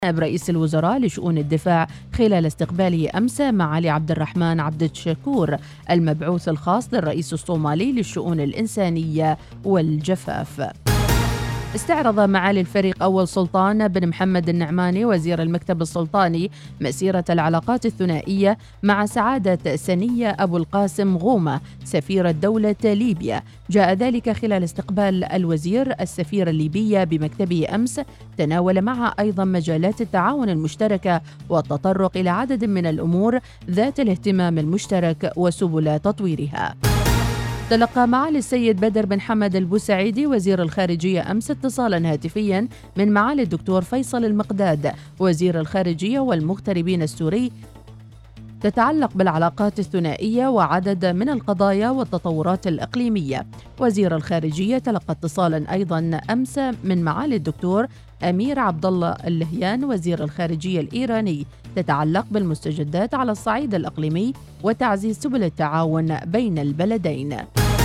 نائب رئيس الوزراء لشؤون الدفاع خلال استقباله أمس معالي عبد الرحمن عبد الشكور المبعوث الخاص للرئيس الصومالي للشؤون الإنسانية والجفاف. استعرض معالي الفريق أول سلطان بن محمد النعماني وزير المكتب السلطاني مسيرة العلاقات الثنائية مع سعادة سنية أبو القاسم غومة سفيرة دولة ليبيا. جاء ذلك خلال استقبال الوزير السفيرة الليبية بمكتبه أمس، تناول معها أيضا مجالات التعاون المشتركة والتطرق إلى عدد من الأمور ذات الاهتمام المشترك وسبل تطويرها. تلقى معالي السيد بدر بن حمد البوسعيدي وزير الخارجية أمس اتصالا هاتفيا من معالي الدكتور فيصل المقداد وزير الخارجية والمغتربين السوري تتعلق بالعلاقات الثنائية وعدد من القضايا والتطورات الإقليمية. وزير الخارجية تلقى اتصالا أيضا أمس من معالي الدكتور أمير عبد الله اللهيان وزير الخارجية الإيراني تتعلق بالمستجدات على الصعيد الإقليمي وتعزيز سبل التعاون بين البلدين.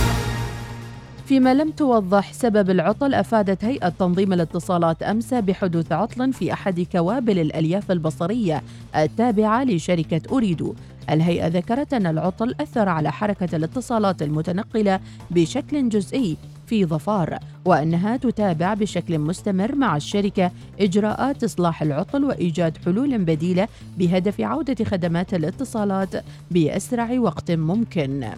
فيما لم توضح سبب العطل، أفادت هيئة تنظيم الاتصالات أمس بحدوث عطل في أحد كوابل الألياف البصرية التابعة لشركة أوريدو. الهيئة ذكرت أن العطل أثر على حركة الاتصالات المتنقلة بشكل جزئي في ظفار، وأنها تتابع بشكل مستمر مع الشركة إجراءات إصلاح العطل وإيجاد حلول بديلة بهدف عودة خدمات الاتصالات بأسرع وقت ممكن.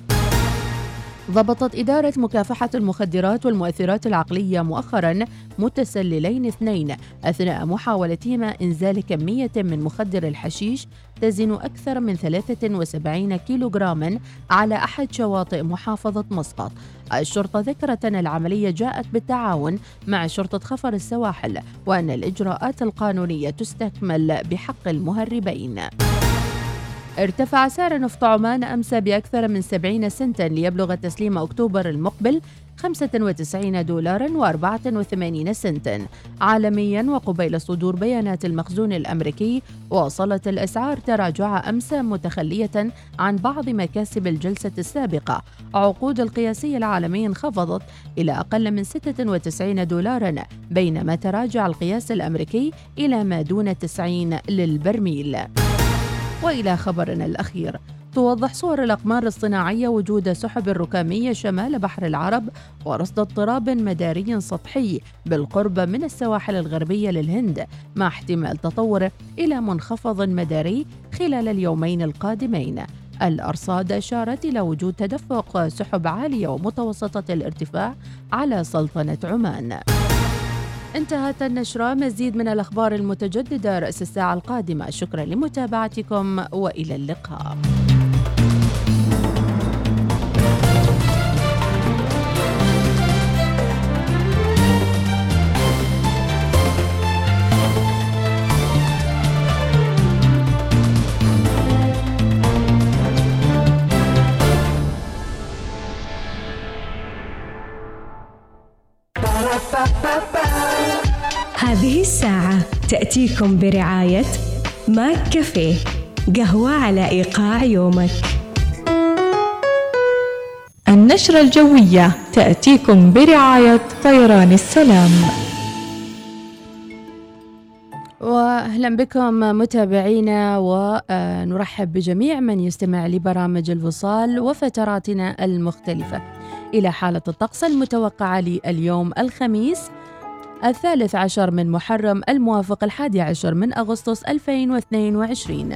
ضبطت إدارة مكافحة المخدرات والمؤثرات العقلية مؤخرا متسللين 2 أثناء محاولتهما إنزال كمية من مخدر الحشيش تزن أكثر من 73 كيلوغراما على أحد شواطئ محافظة مسقط. الشرطة ذكرت أن العملية جاءت بالتعاون مع شرطة خفر السواحل، وأن الإجراءات القانونية تستكمل بحق المهربين. ارتفع سعر نفط عمان أمس بأكثر من 70 سنتا ليبلغ تسليم أكتوبر المقبل $95.84 عالميا. وقبيل صدور بيانات المخزون الأمريكي، واصلت الأسعار تراجع أمس متخلية عن بعض مكاسب الجلسة السابقة. عقود القياسية العالمية انخفضت إلى أقل من $96، بينما تراجع القياس الأمريكي إلى ما دون 90 للبرميل. وإلى خبرنا الأخير، توضح صور الأقمار الصناعية وجود سحب ركامية شمال بحر العرب ورصد اضطراب مداري سطحي بالقرب من السواحل الغربية للهند، مع احتمال تطوره إلى منخفض مداري خلال اليومين القادمين. الأرصاد أشارت إلى وجود تدفق سحب عالية ومتوسطة الارتفاع على سلطنة عمان. انتهت النشرة. مزيد من الأخبار المتجددة رأس الساعة القادمة. شكرا لمتابعتكم وإلى اللقاء. هذه الساعة تأتيكم برعاية ماك كافيه، قهوة على إيقاع يومك. النشرة الجوية تأتيكم برعاية طيران السلام. وأهلا بكم متابعينا، ونرحب بجميع من يستمع لبرامج الوصال وفتراتنا المختلفة. إلى حالة الطقس المتوقعة لليوم الخميس 13 من محرم الموافق 11 من أغسطس 2022.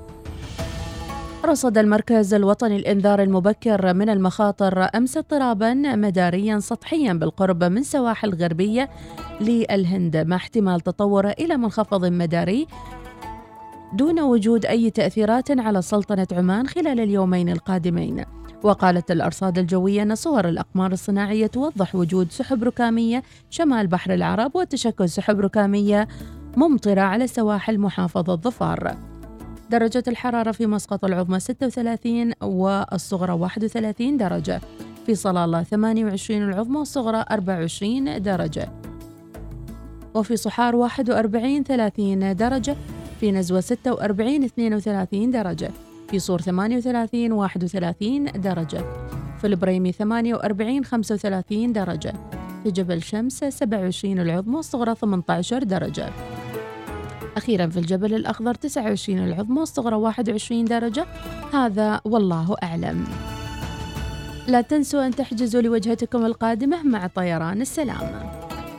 رصد المركز الوطني للإنذار المبكر من المخاطر أمس اضطرابا مداريا سطحيا بالقرب من سواحل غربية للهند، مع احتمال تطوره إلى منخفض مداري دون وجود أي تأثيرات على سلطنة عمان خلال اليومين القادمين. وقالت الأرصاد الجوية أن صور الأقمار الصناعية توضح وجود سحب ركامية شمال بحر العرب وتشكل سحب ركامية ممطرة على سواحل محافظة ظفار. درجة الحرارة في مسقط العظمى 36 والصغرى 31 درجة، في صلالة 28 العظمى والصغرى 24 درجة، وفي صحار 41 30 درجة، في نزوة 46 32 درجة، في صور 38 31 درجة، في البريمي 48 35 درجة، في جبل شمس 27 العظمى والصغرى 18 درجة. أخيرا في الجبل الأخضر 29 العظمى، الصغرى 21 درجة. هذا والله أعلم. لا تنسوا أن تحجزوا لوجهتكم القادمة مع طيران السلام.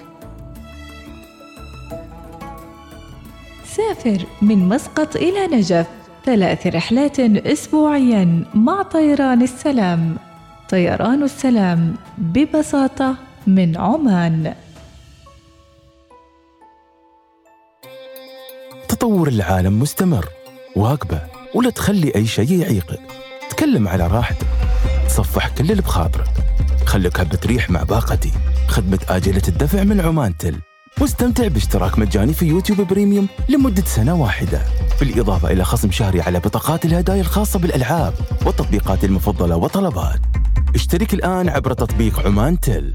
سافر من مسقط إلى نجف، 3 رحلات أسبوعيا مع طيران السلام. طيران السلام ببساطة من عمان. تطور العالم مستمر، واقبه ولا تخلي أي شيء يعيقك. تكلم على راحتك، تصفح كل اللي بخاطرك. خليك هبة ريح مع باقتي، خدمة آجلة الدفع من عمان تل. واستمتع باشتراك مجاني في يوتيوب بريميوم لمدة 1 سنة، بالإضافة إلى خصم شهري على بطاقات الهدايا الخاصة بالألعاب والتطبيقات المفضلة وطلبات. اشترك الآن عبر تطبيق عمان تل.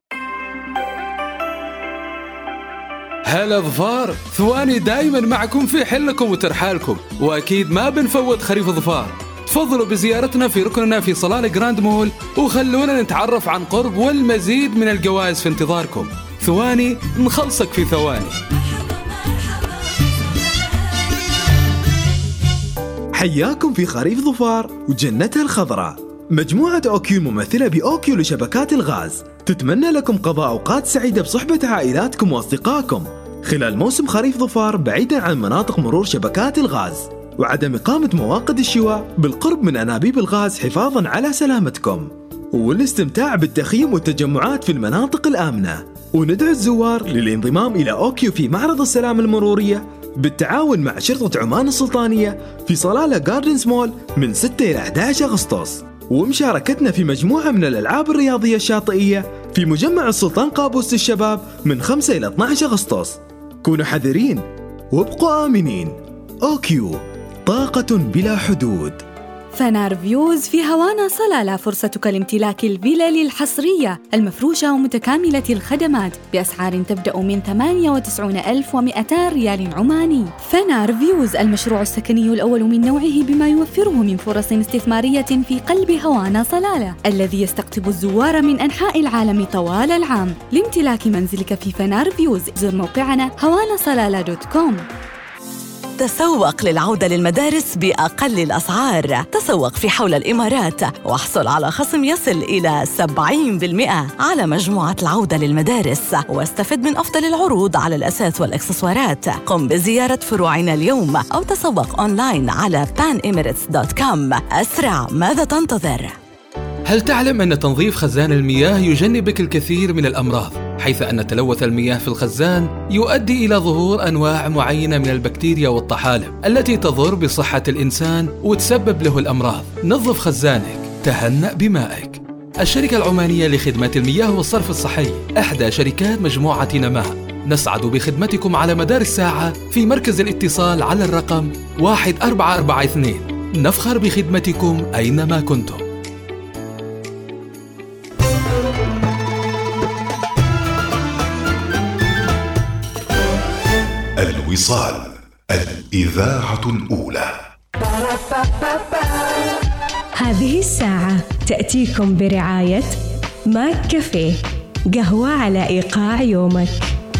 هلا ظفار، ثواني دايما معكم في حلكم وترحالكم، وأكيد ما بنفوت خريف ظفار. تفضلوا بزيارتنا في ركننا في صلالة جراند مول، وخلونا نتعرف عن قرب والمزيد من الجوائز في انتظاركم. ثواني نخلصك في ثواني. حياكم في خريف ظفار وجنتها الخضراء. مجموعة أوكيو الممثلة بأوكيو لشبكات الغاز تتمنى لكم قضاء أوقات سعيدة بصحبة عائلاتكم وأصدقائكم خلال موسم خريف ظفار، بعيدا عن مناطق مرور شبكات الغاز وعدم إقامة مواقد الشواء بالقرب من أنابيب الغاز حفاظا على سلامتكم، والاستمتاع بالتخييم والتجمعات في المناطق الآمنة. وندعو الزوار للانضمام إلى أوكيو في معرض السلام المرورية بالتعاون مع شرطة عمان السلطانية في صلالة جاردنز مول من 6 إلى 11 أغسطس، ومشاركتنا في مجموعة من الألعاب الرياضية الشاطئية في مجمع السلطان قابوس للشباب من 5 إلى 12 أغسطس. كونوا حذرين وابقوا آمنين. أوكيو، طاقة بلا حدود. فنار فيوز في هوانا صلالة، فرصتك لامتلاك الفلل الحصرية المفروشة ومتكاملة الخدمات بأسعار تبدأ من 98,200 ريال عماني. فنار فيوز المشروع السكني الأول من نوعه بما يوفره من فرص استثمارية في قلب هوانا صلالة، الذي يستقطب الزوار من أنحاء العالم طوال العام. لامتلاك منزلك في فنار فيوز زر موقعنا هواناصلالة.com. تسوق للعودة للمدارس بأقل الأسعار. تسوق في حول الإمارات واحصل على خصم يصل إلى 70% على مجموعة العودة للمدارس، واستفد من أفضل العروض على الأثاث والإكسسوارات. قم بزيارة فروعنا اليوم أو تسوق أونلاين على panemirates.com. أسرع، ماذا تنتظر؟ هل تعلم أن تنظيف خزان المياه يجنبك الكثير من الأمراض، حيث أن تلوث المياه في الخزان يؤدي إلى ظهور أنواع معينة من البكتيريا والطحالب التي تضر بصحة الإنسان وتسبب له الأمراض؟ نظف خزانك، تهنأ بمائك. الشركة العمانية لخدمة المياه والصرف الصحي، إحدى شركات مجموعة نماء، نسعد بخدمتكم على مدار الساعة في مركز الاتصال على الرقم 1442. نفخر بخدمتكم أينما كنتم. الوصال، الإذاعة الأولى. هذه الساعة تأتيكم برعاية ماك كافيه، قهوة على إيقاع يومك.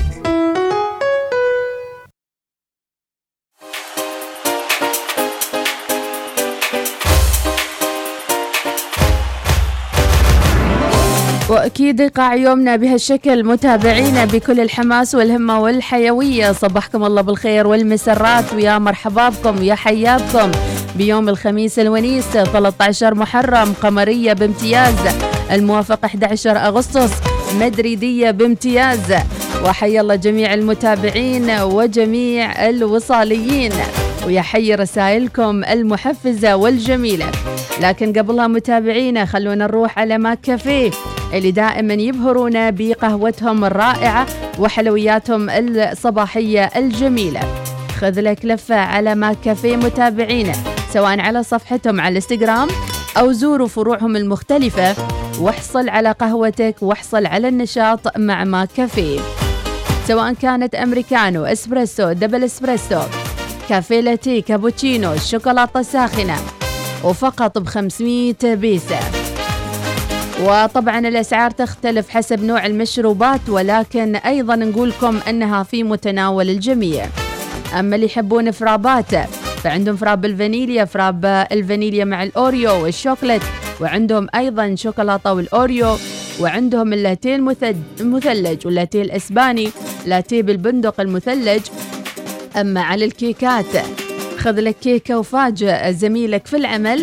وأكيد إيقاع يومنا بهالشكل متابعينا بكل الحماس والهمة والحيوية. صبحكم الله بالخير والمسرات، ويا مرحبا بكم ويا حياكم بيوم الخميس الونيس 13 محرم، قمرية بامتياز، الموافق 11 أغسطس، مدريدية بامتياز. وحي الله جميع المتابعين وجميع الوصاليين، ويا حي رسائلكم المحفزة والجميلة. لكن قبلها متابعينا خلونا نروح على ماك كافيه اللي دائما يبهرونا بقهوتهم الرائعة وحلوياتهم الصباحية الجميلة. خذ لك لفة على ماك كافيه متابعينا، سواء على صفحتهم على الانستغرام أو زوروا فروعهم المختلفة، واحصل على قهوتك واحصل على النشاط مع ماك كافيه، سواء كانت أمريكانو، إسبريسو، دبل إسبريسو، كافيه لاتيه، كابوتشينو، الشوكولاتة ساخنة، وفقط ب500 بيسة. وطبعا الأسعار تختلف حسب نوع المشروبات، ولكن أيضا نقولكم أنها في متناول الجميع. أما اللي يحبون فرابات فعندهم فراب الفانيليا، فراب الفانيليا مع الأوريو والشوكولات، وعندهم أيضا شوكولاتة والأوريو، وعندهم اللاتيه المثلج واللاتيه الإسباني، لاتيه بالبندق المثلج. أما على الكيكات خذ لك كيكة وفاجئ زميلك في العمل،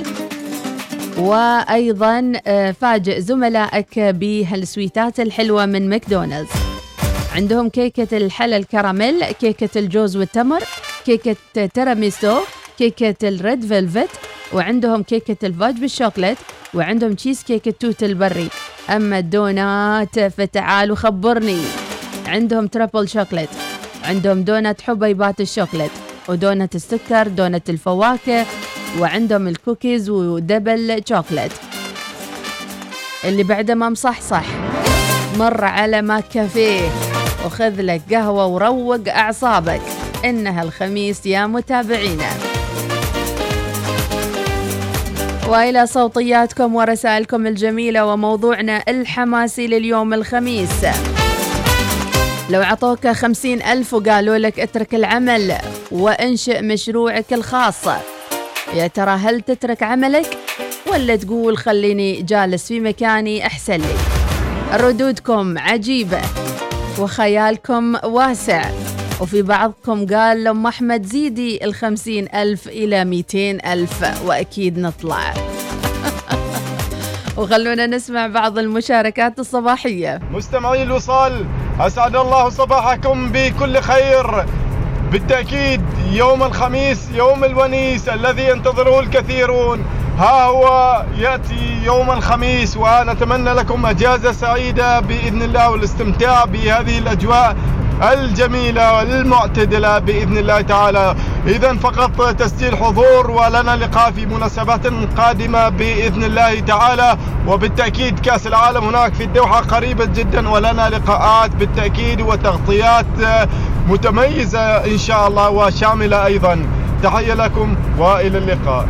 وأيضا فاجئ زملائك بهالسويتات الحلوة من ماكدونالدز. عندهم كيكة الحلى الكراميل، كيكة الجوز والتمر، كيكة تيراميسو، كيكة الريد فيلفت، وعندهم كيكة الفاج بالشوكولات، وعندهم تشيز كيك التوت البري. أما الدونات فتعالوا خبرني، عندهم تريبل شوكولات، عندهم دونات حبيبات الشوكولات، ودونات السكر، دونات الفواكه، وعندهم الكوكيز ودبل شوكولات. اللي بعده ما مصحصح مر على ماك كافيه وخذ لك قهوة وروق أعصابك، إنها الخميس يا متابعينا. وإلى صوتياتكم ورسائلكم الجميلة وموضوعنا الحماسي لليوم الخميس. لو عطوك 50,000 وقالوا لك اترك العمل وانشئ مشروعك الخاص، يا ترى هل تترك عملك ولا تقول خليني جالس في مكاني أحسن لي؟ ردودكم عجيبة وخيالكم واسع، وفي بعضكم قال لأم أحمد زيدي 50,000 إلى 200,000 وأكيد نطلع. وخلونا نسمع بعض المشاركات الصباحية. مستمعي الوصال، أسعد الله صباحكم بكل خير. بالتأكيد يوم الخميس يوم الونيس الذي ينتظره الكثيرون، ها هو يأتي يوم الخميس، ونتمنى لكم أجازة سعيدة بإذن الله والاستمتاع بهذه الأجواء الجميلة والمعتدلة بإذن الله تعالى. إذن فقط تسجيل حضور، ولنا لقاء في مناسبات قادمة بإذن الله تعالى، وبالتأكيد كأس العالم هناك في الدوحة قريبة جدا، ولنا لقاءات بالتأكيد وتغطيات متميزة إن شاء الله وشاملة أيضا. تحية لكم وإلى اللقاء.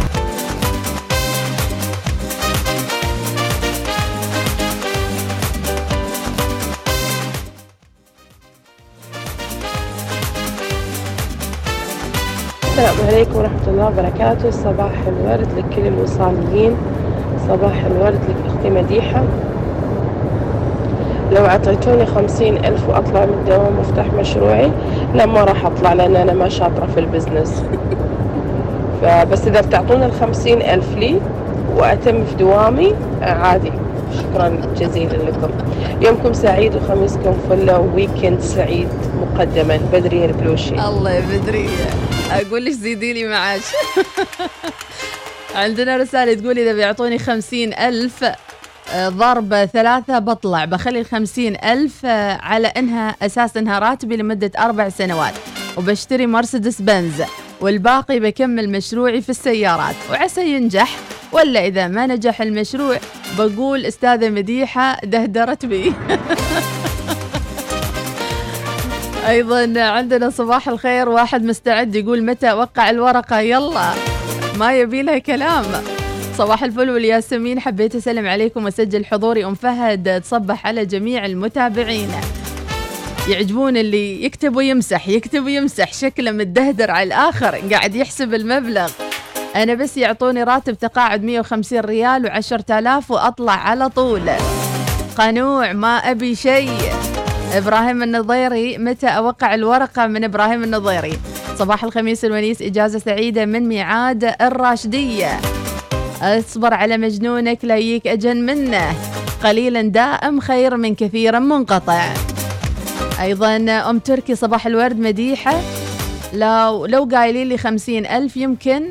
السلام عليكم ورحمة الله وبركاته. صباح الورد لكل الوصاليين، صباح الورد لك أختي مديحة. لو عطيتوني 50,000 وأطلع من الدوام وافتح مشروعي، لا ما راح أطلع لأن أنا ما شاطرة في البزنس. فبس إذا بتعطونا 50,000 لي وأتم في دوامي عادي. شكرا جزيلا لكم، يومكم سعيد وخميسكم فله وويكند سعيد مقدما. بدرية البلوشي. الله يا بدرية، أقول لك زيدي لي معاش. عندنا رسالة تقول إذا بيعطوني 50,000 ضرب 3 بطلع، بخلي 50,000 على إنها أساس إنها راتبي لمدة 4 سنوات، وبشتري مرسيدس بنز، والباقي بكمل مشروعي في السيارات وعسى ينجح، ولا إذا ما نجح المشروع بقول أستاذة مديحة دهدرت بي. أيضا عندنا صباح الخير، واحد مستعد يقول متى أوقع الورقة، يلا ما يبي لها كلام. صباح الفل والياسمين، حبيت أسلم عليكم وأسجل حضوري. أم فهد تصبح على جميع المتابعين. يعجبون اللي يكتب ويمسح يكتب ويمسح، شكله متدهدر على الآخر قاعد يحسب المبلغ. أنا بس يعطوني راتب تقاعد 150 ريال و10,000 وأطلع على طول، قنوع ما أبي شيء. إبراهيم النظيري، متى أوقع الورقة؟ من إبراهيم النظيري. صباح الخميس الونيس، إجازة سعيدة من ميعاد الراشدية. اصبر على مجنونك لا يجيك أجن منه، قليلا دائم خير من كثيرا منقطع. أيضا أم تركي، صباح الورد مديحة، لو قايلين لي 50,000 يمكن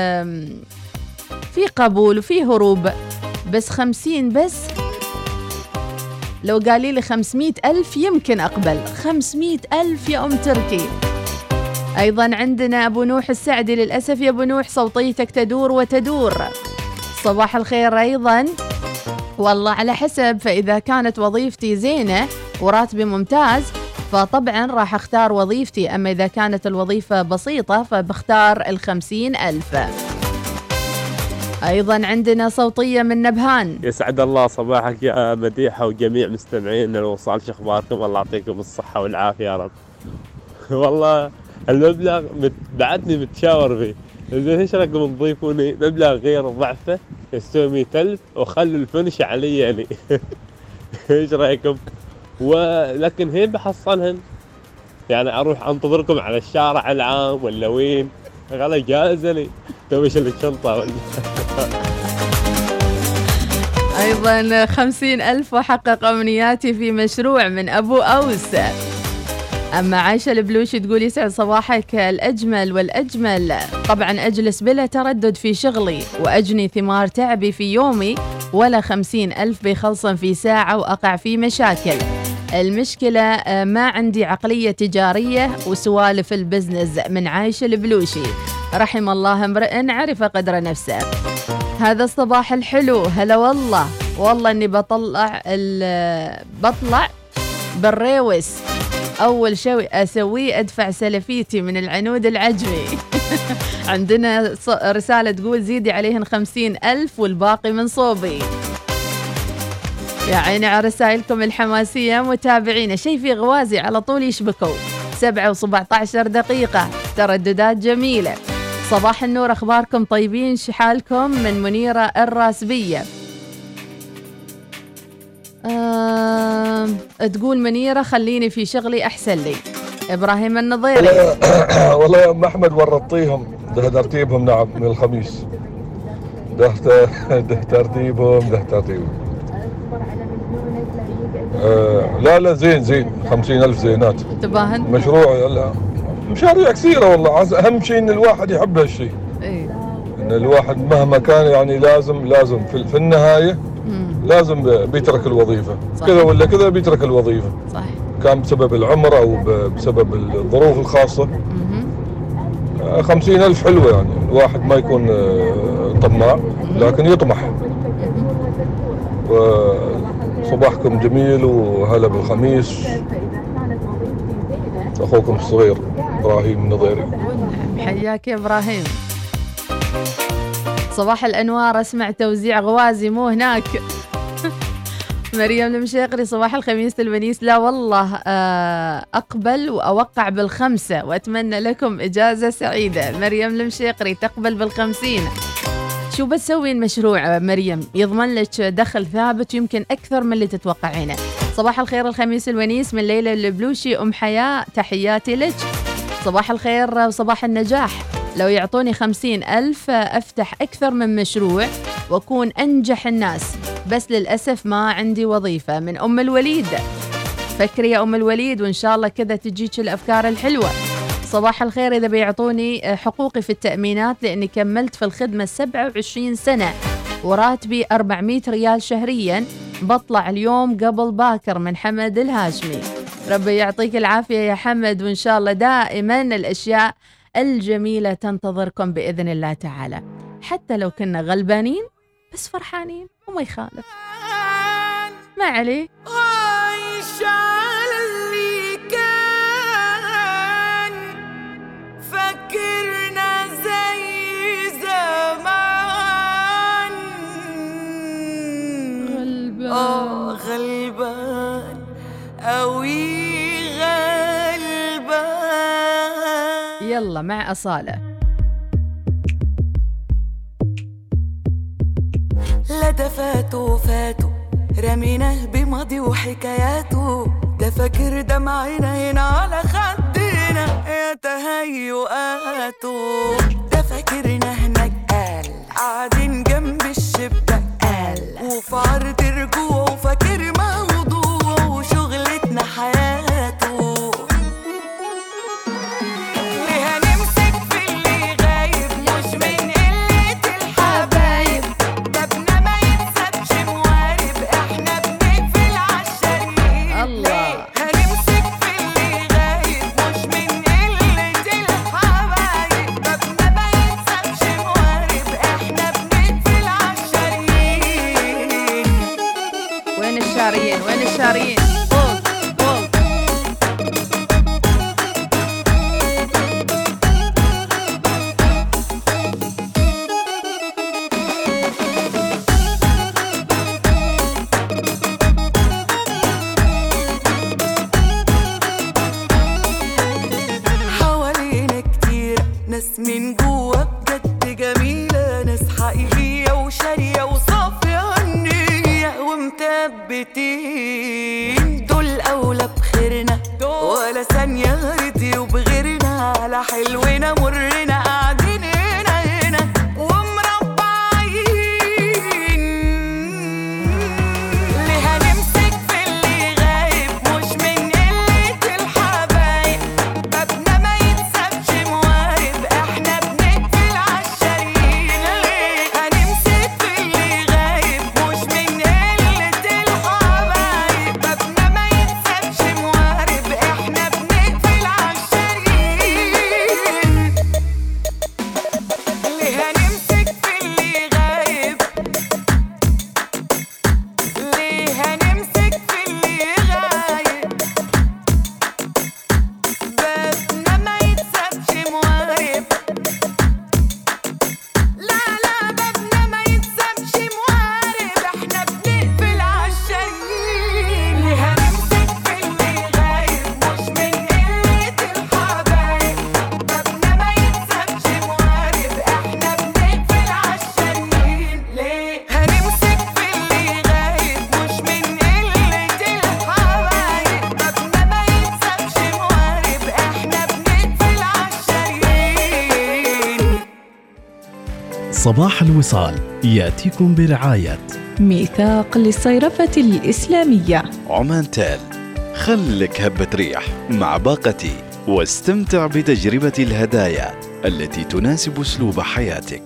في قبول وفي هروب، بس 50 بس. لو قالي لي 500,000 يمكن أقبل. 500,000 يا أم تركي. أيضا عندنا أبو نوح السعدي، للأسف يا أبو نوح صوتيتك تدور وتدور. صباح الخير أيضا، والله على حسب، فإذا كانت وظيفتي زينة وراتبي ممتاز فطبعا راح أختار وظيفتي، أما إذا كانت الوظيفة بسيطة فبختار 50,000. أيضا عندنا صوتية من نبهان. يسعد الله صباحك يا مديحة وجميع مستمعين الوصال، شو أخباركم؟ الله يعطيكم الصحة والعافية يا رب. والله المبلغ بعدني متشاور فيه. إذا إيش رأيكم تضيفوني مبلغ غير ضعفه يستوي 100,000 وخلوا الفنش علي يعني. إيش رأيكم؟ ولكن هي بحصلهن يعني أروح أنتظركم على الشارع العام ولا وين؟ غلا جاهزة لي توش الشنطة ولا. أيضا 50,000 وحقق أمنياتي في مشروع من أبو أوس. أما عايشة البلوشي تقول يسعد صباحك الأجمل والأجمل، طبعا أجلس بلا تردد في شغلي وأجني ثمار تعبي في يومي، ولا 50,000 بيخلصن في ساعة وأقع في مشاكل. المشكلة ما عندي عقلية تجارية وسوالف البزنس. من عايشة البلوشي. رحم الله امرئ عرف قدر نفسه. هذا الصباح الحلو، هلا والله. والله اني بطلع بالريوس، اول شيء اسويه ادفع سلفيتي من العنود العجمي. عندنا رسالة تقول زيدي عليهن 50,000 والباقي من صوبي. يا عيني على رسائلكم الحماسية متابعينا. شيء في غوازي على طول يشبكوا. 7:17 دقيقة، ترددات جميلة. صباح النور، أخباركم طيبين؟ شحالكم؟ من منيرة الراسبية. تقول منيرة خليني في شغلي أحسن لي. إبراهيم النظيري. والله يا أم أحمد ورطيهم ده ترتيبهم. نعم من الخميس ده ترتيبهم. لا زين 50,000 زينات. تباهن مشروع. لا مشاريع كثيرة والله. أهم شيء إن الواحد يحب هالشيء. إيه؟ إن الواحد مهما كان يعني لازم في النهاية لازم بيترك الوظيفة. كذا ولا كذا بيترك الوظيفة. صح. كان بسبب العمر أو بسبب الظروف الخاصة. 50,000 حلوة يعني. الواحد ما يكون طماع لكن يطمح. وصباحكم جميل وهلا بالخميس. أخوكم الصغير إبراهيم النظيري. حياك يا إبراهيم. صباح الأنوار، أسمع توزيع غوازي مو هناك. مريم المشيقري، صباح الخميس الونيس. لا والله أقبل وأوقع بال5 وأتمنى لكم إجازة سعيدة. مريم المشيقري تقبل بال50. شو بتسوين مشروع مريم يضمن لك دخل ثابت يمكن أكثر من اللي تتوقعينه. صباح الخير الخميس الونيس من ليلى البلوشي. أم حياة تحياتي لك. صباح الخير وصباح النجاح. لو يعطوني 50,000 أفتح أكثر من مشروع وأكون أنجح الناس، بس للأسف ما عندي وظيفة. من أم الوليد. فكري يا أم الوليد وإن شاء الله كذا تجيك الأفكار الحلوة. صباح الخير. إذا بيعطوني حقوقي في التأمينات لأني كملت في الخدمة 27 سنة وراتبي 400 ريال شهريا، بطلع اليوم قبل باكر. من حمد الهاشمي. ربي يعطيك العافية يا حمد، وإن شاء الله دائما الأشياء الجميلة تنتظركم بإذن الله تعالى، حتى لو كنا غلبانين بس فرحانين وما يخالف، ما عليه. عايش على اللي كان، فكرنا زي زمان. غلبان أوي غلبان. يلا مع أصالة. لا ده فاتوا رميناه بماضي وحكاياته، ده فاكر دمعنا هنا على خدنا يا تهيؤاته، ده فاكرنا هناك قاعدين جنب الشباك وفي عرض رجوع وفاكر موضوع وشغلتنا حياته. ليه هنمسك في اللي غايب مش من قلة الحبايب، بابنا ما يتسابش موارب احنا بنقفل عالشريك. ليه هنمسك في اللي غايب مش من قلة الحبايب، بابنا ناس من جوا بجد جميلة، ناس حقيقية وشارية وصافية النية ومثبتين، دول أولى بخيرنا ولا ثانية رضيوا بغيرنا، على حلونا مرنا قاعدين هنا ومربعين. ليه هنمسك في اللي غايب مش من قلة الحبايب، بابنا ما يتسابش موارب، احنا بنقفل عالشاريين. ليه هنمسك في اللي غايب مش من قلة الحبايب، بابنا ما يتسابش موارب، احنا بنقفل عالشاريين. ليه هنمسك في اللي غايب، ليه هنمسك في اللي غايب، بابنا ما يتسابش موارب، لا لا بابنا ما يتسابش موارب، احنا بنقفل عالشاريين. ليه هنمسك في اللي غايب مش من قلة الحبايب، بابنا ما يتسابش موارب، احنا بنقفل عالشاريين. ليه هنمسك في اللي غايب مش من قلة الحبايب، بابنا ما يتسابش موارب، احنا بنقفل عالشاريين. صباح الوصال ياتيكم برعاية ميثاق للصيرفة الإسلامية، عمان تال. خلك هبة ريح مع باقتي واستمتع بتجربة الهدايا التي تناسب أسلوب حياتك.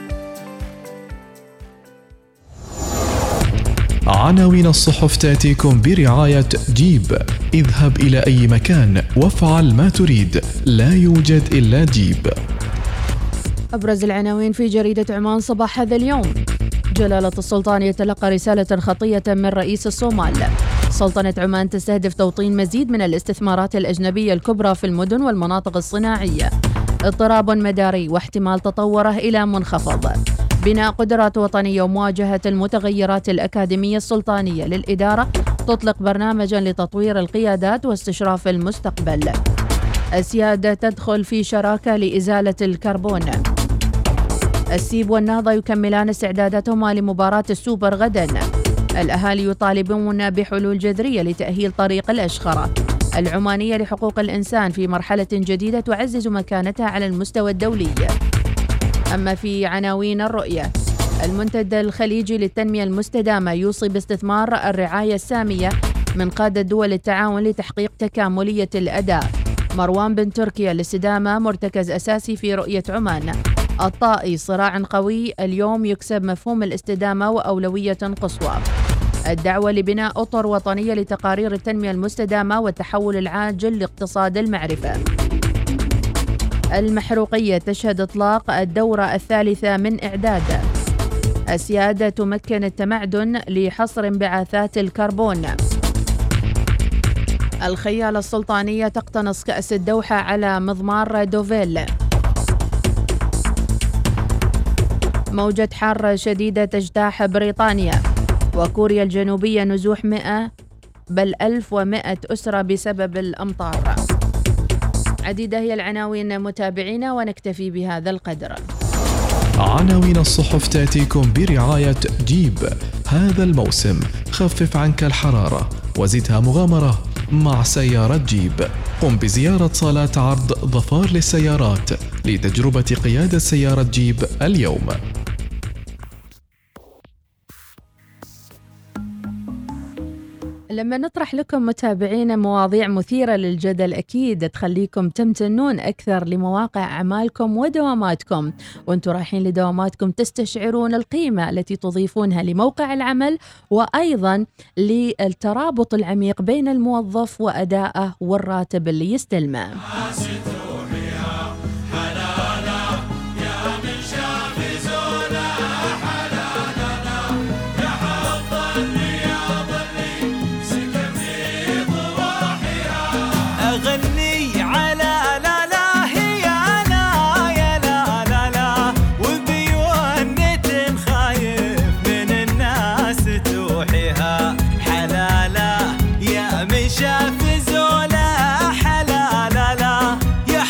عناوين الصحف تأتيكم برعاية جيب. اذهب إلى أي مكان وافعل ما تريد، لا يوجد إلا جيب. أبرز العناوين في جريدة عمان صباح هذا اليوم: جلالة السلطان يتلقى رسالة خطية من رئيس الصومال. سلطنة عمان تستهدف توطين مزيد من الاستثمارات الأجنبية الكبرى في المدن والمناطق الصناعية. اضطراب مداري واحتمال تطوره إلى منخفض. بناء قدرات وطنية ومواجهة المتغيرات الأكاديمية السلطانية للإدارة تطلق برنامجا لتطوير القيادات واستشراف المستقبل. السيادة تدخل في شراكة لإزالة الكربون. السيب والنهضة يكملان استعداداتهما لمباراة السوبر غدا. الأهالي يطالبون بحلول جذرية لتأهيل طريق الأشخرة. العمانية لحقوق الإنسان في مرحلة جديدة تعزز مكانتها على المستوى الدولي. أما في عناوين الرؤية: المنتدى الخليجي للتنمية المستدامة يوصي باستثمار الرعاية السامية من قادة دول التعاون لتحقيق تكاملية الأداء. مروان بن تركيا الاستدامة مرتكز أساسي في رؤية عمان. الطائي: صراع قوي اليوم يكسب مفهوم الاستدامة وأولوية قصوى. الدعوة لبناء أطر وطنية لتقارير التنمية المستدامة والتحول العاجل لاقتصاد المعرفة. المحروقية تشهد إطلاق الدورة الثالثة من إعداد. السيادة تمكن التمعدن لحصر انبعاثات الكربون. الخيالة السلطانية تقتنص كأس الدوحة على مضمار دوفيل. موجة حارة شديدة تجتاح بريطانيا. وكوريا الجنوبية نزوح 100 بل 1100 أسرة بسبب الأمطار. عديدة هي العناوين متابعينا، ونكتفي بهذا القدر. عناوين الصحف تأتيكم برعاية جيب. هذا الموسم خفف عنك الحرارة وزدها مغامرة مع سيارة جيب. قم بزيارة صالات عرض ظفار للسيارات لتجربة قيادة سيارة جيب اليوم. لما نطرح لكم متابعينا مواضيع مثيرة للجدل أكيد تخليكم تمتنون أكثر لمواقع أعمالكم ودواماتكم، وأنتم رايحين لدواماتكم تستشعرون القيمة التي تضيفونها لموقع العمل، وأيضا للترابط العميق بين الموظف وأدائه والراتب اللي يستلمه. شاف زولا حلالا لا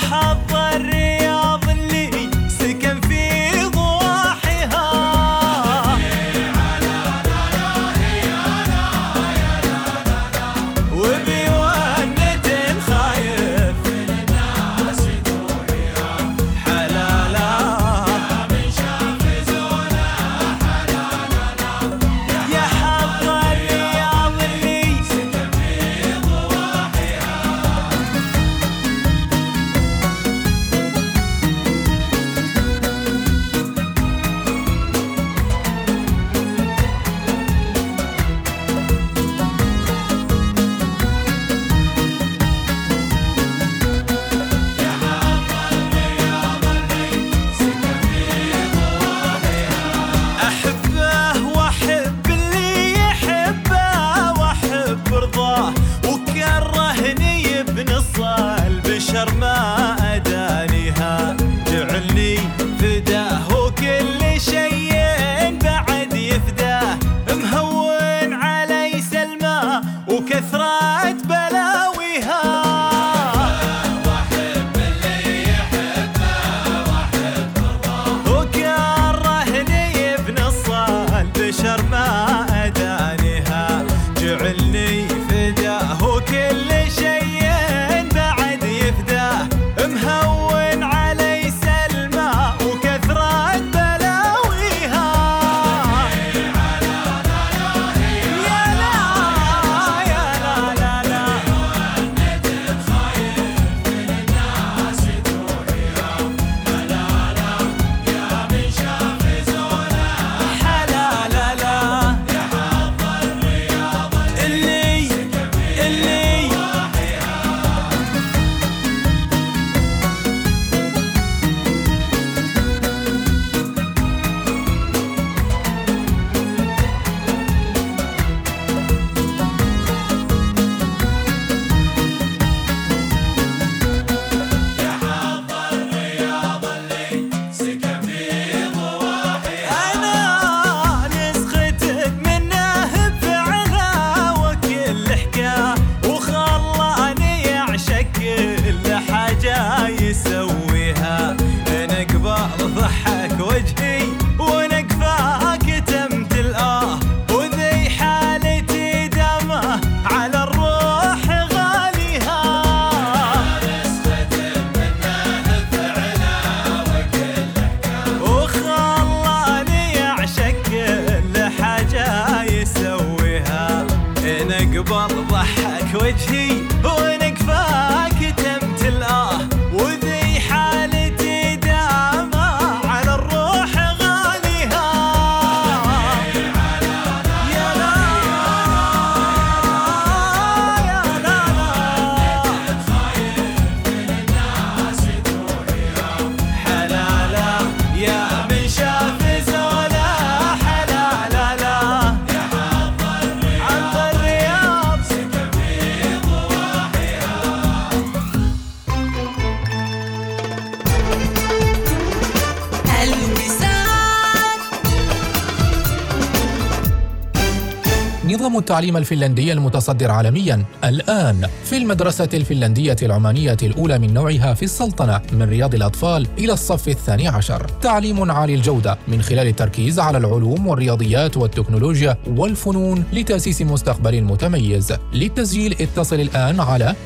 نظام التعليم الفنلندي المتصدر عالمياً الآن في المدرسة الفنلندية العمانية الأولى من نوعها في السلطنة، من رياض الأطفال إلى الصف 12. تعليم عالي الجودة من خلال التركيز على العلوم والرياضيات والتكنولوجيا والفنون لتأسيس مستقبل متميز. للتسجيل اتصل الآن على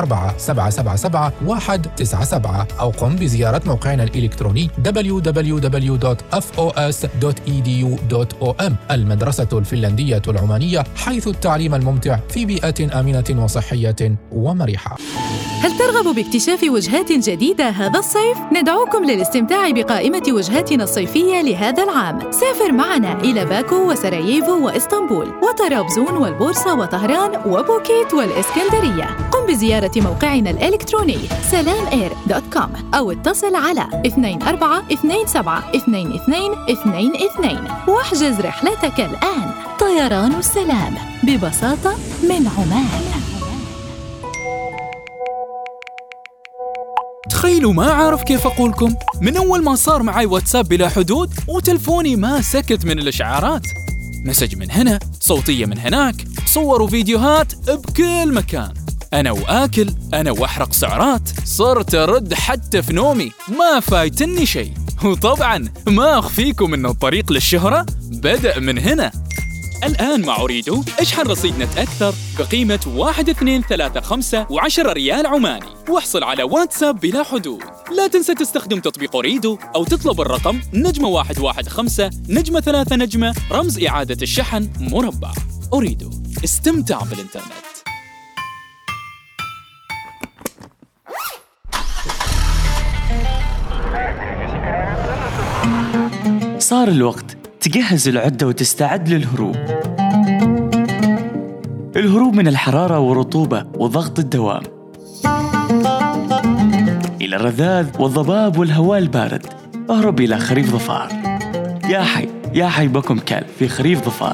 94777197 أو قم بزيارة موقعنا الإلكتروني www.fos.edu.om. المدرسة الفنلندية العمانية، حيث التعليم الممتع في بيئة آمنة وصحية ومريحة. هل ترغب باكتشاف وجهات جديدة هذا الصيف؟ ندعوكم للاستمتاع بقائمة وجهاتنا الصيفية لهذا العام. سافر معنا إلى باكو وسراييفو وإسطنبول وطرابزون والبورصة وطهران وبوكيت والإسكندرية. قم بزيارة موقعنا الإلكتروني salamair.com أو اتصل على 24272222 واحجز رحلتك الآن. طيران السلام، ببساطة من عمان. تخيلوا ما عارف كيف أقولكم، من أول ما صار معي واتساب بلا حدود وتلفوني ما سكت من الإشعارات، مسج من هنا، صوتية من هناك، صور وفيديوهات بكل مكان. أنا وآكل، أنا وأحرق سعرات، صرت أرد حتى في نومي، ما فايتني شيء. وطبعاً ما أخفيكم إنه الطريق للشهرة بدأ من هنا. الآن مع أريدو اشحن رصيد نت أكثر بقيمة 1 2 3 5 و10 ريال عماني، واحصل على واتساب بلا حدود. لا تنسى تستخدم تطبيق أريدو أو تطلب الرقم *115*3 رمز إعادة الشحن مربع. أريدو، استمتع بالإنترنت. صار الوقت تجهز العدة وتستعد للهروب. الهروب من الحرارة والرطوبة وضغط الدوام إلى الرذاذ والضباب والهواء البارد. اهرب إلى خريف ظفار. يا حي بكم كلب في خريف ظفار.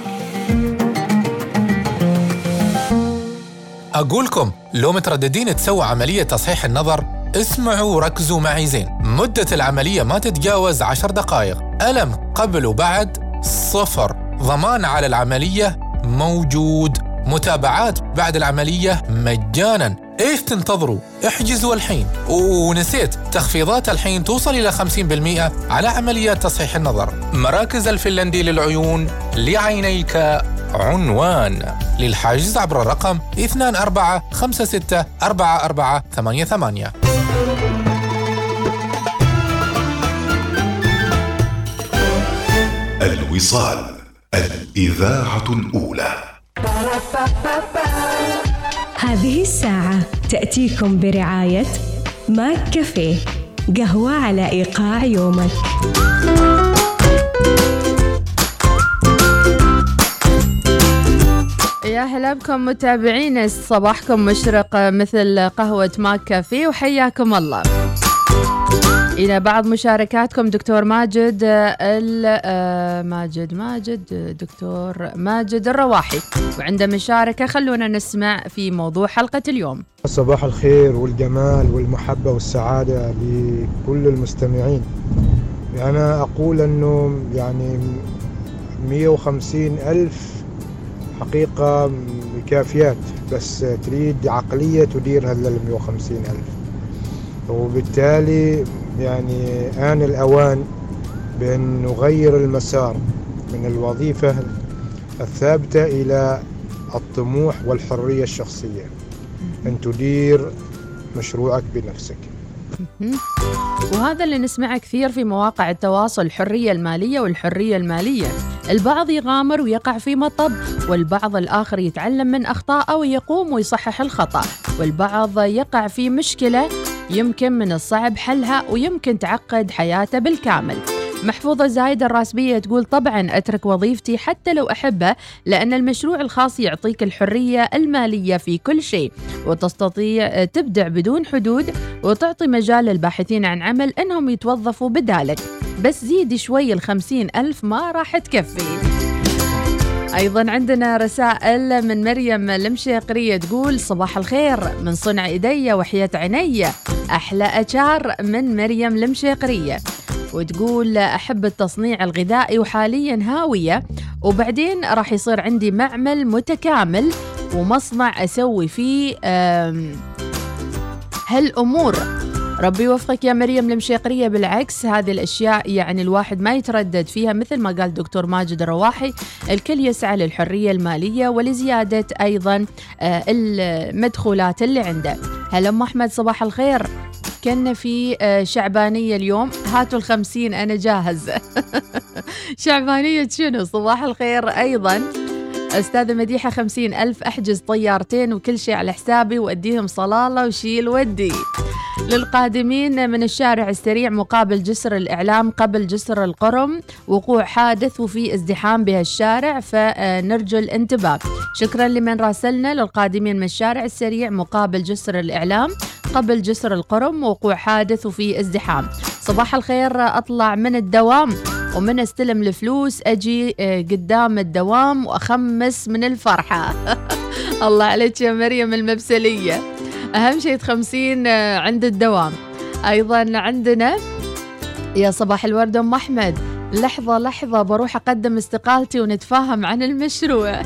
أقولكم لو مترددين تسووا عملية تصحيح النظر، اسمعوا وركزوا معي زين. مدة العملية ما تتجاوز 10 دقائق. ألم قبل وبعد 0. ضمان على العملية موجود. متابعات بعد العملية مجانا. ايش تنتظروا؟ احجزوا الحين. ونسيت، تخفيضات الحين توصل إلى 50% على عمليات تصحيح النظر. مراكز الفنلندي للعيون، لعينيك عنوان. للحجز عبر الرقم 24564488. الوصال، الإذاعة الأولى. هذه الساعة تأتيكم برعاية ماك كافيه، قهوة على إيقاع يومك. يا هلا بكم متابعين، صباحكم مشرق مثل قهوة ماك كافيه، وحياكم الله. إلى بعض مشاركاتكم دكتور دكتور ماجد الرواحي، وعنده مشاركة خلونا نسمع في موضوع حلقة اليوم. صباح الخير والجمال والمحبة والسعادة لكل المستمعين. أنا أقول أنه يعني 150,000 حقيقة كافيات، بس تريد عقلية تدير هذا 150,000، وبالتالي يعني آن الأوان بأن نغير المسار من الوظيفة الثابتة إلى الطموح والحرية الشخصية، أن تدير مشروعك بنفسك. وهذا اللي نسمعه كثير في مواقع التواصل، الحرية المالية والحرية المالية. البعض يغامر ويقع في مطب، والبعض الآخر يتعلم من أخطائه ويقوم ويصحح الخطأ، والبعض يقع في مشكلة يمكن من الصعب حلها ويمكن تعقد حياته بالكامل. محفوظة زايدة الراسبية تقول طبعا أترك وظيفتي حتى لو أحبه، لأن المشروع الخاص يعطيك الحرية المالية في كل شيء، وتستطيع تبدع بدون حدود، وتعطي مجال للباحثين عن عمل أنهم يتوظفوا بدالك، بس زيد شوي 50,000 ما راح تكفي. أيضا عندنا رسائل من مريم المشيقرية تقول صباح الخير، من صنع إيدي وحياة عيني، أحلى أشار من مريم المشيقرية. وتقول أحب التصنيع الغذائي وحاليا هاوية، وبعدين راح يصير عندي معمل متكامل ومصنع أسوي فيه هالأمور. ربي يوفقك يا مريم المشيقرية. بالعكس هذه الأشياء يعني الواحد ما يتردد فيها، مثل ما قال دكتور ماجد الرواحي، الكل يسعى للحرية المالية ولزيادة أيضا المدخولات اللي عنده. هلا أم أحمد صباح الخير، كنا في شعبانية اليوم، هاتوا 50 أنا جاهز. شعبانية شنو؟ صباح الخير. أيضا أستاذة مديحة 50,000 أحجز طيارتين وكل شيء على حسابي وأديهم صلالة وشيل ودي. للقادمين من الشارع السريع مقابل جسر الإعلام قبل جسر القرم وقوع حادث وفي ازدحام بهالشارع فنرجو الانتباه. شكرا لمن راسلنا. للقادمين من الشارع السريع مقابل جسر الإعلام قبل جسر القرم وقوع حادث وفي ازدحام. صباح الخير، أطلع من الدوام ومن استلم الفلوس أجي قدام الدوام وأخمس من الفرحة. الله عليك يا مريم المبسلية، أهم شيء تخمسين عند الدوام. أيضا عندنا يا صباح الورد أم أحمد، لحظة لحظة بروح أقدم استقالتي ونتفاهم عن المشروع.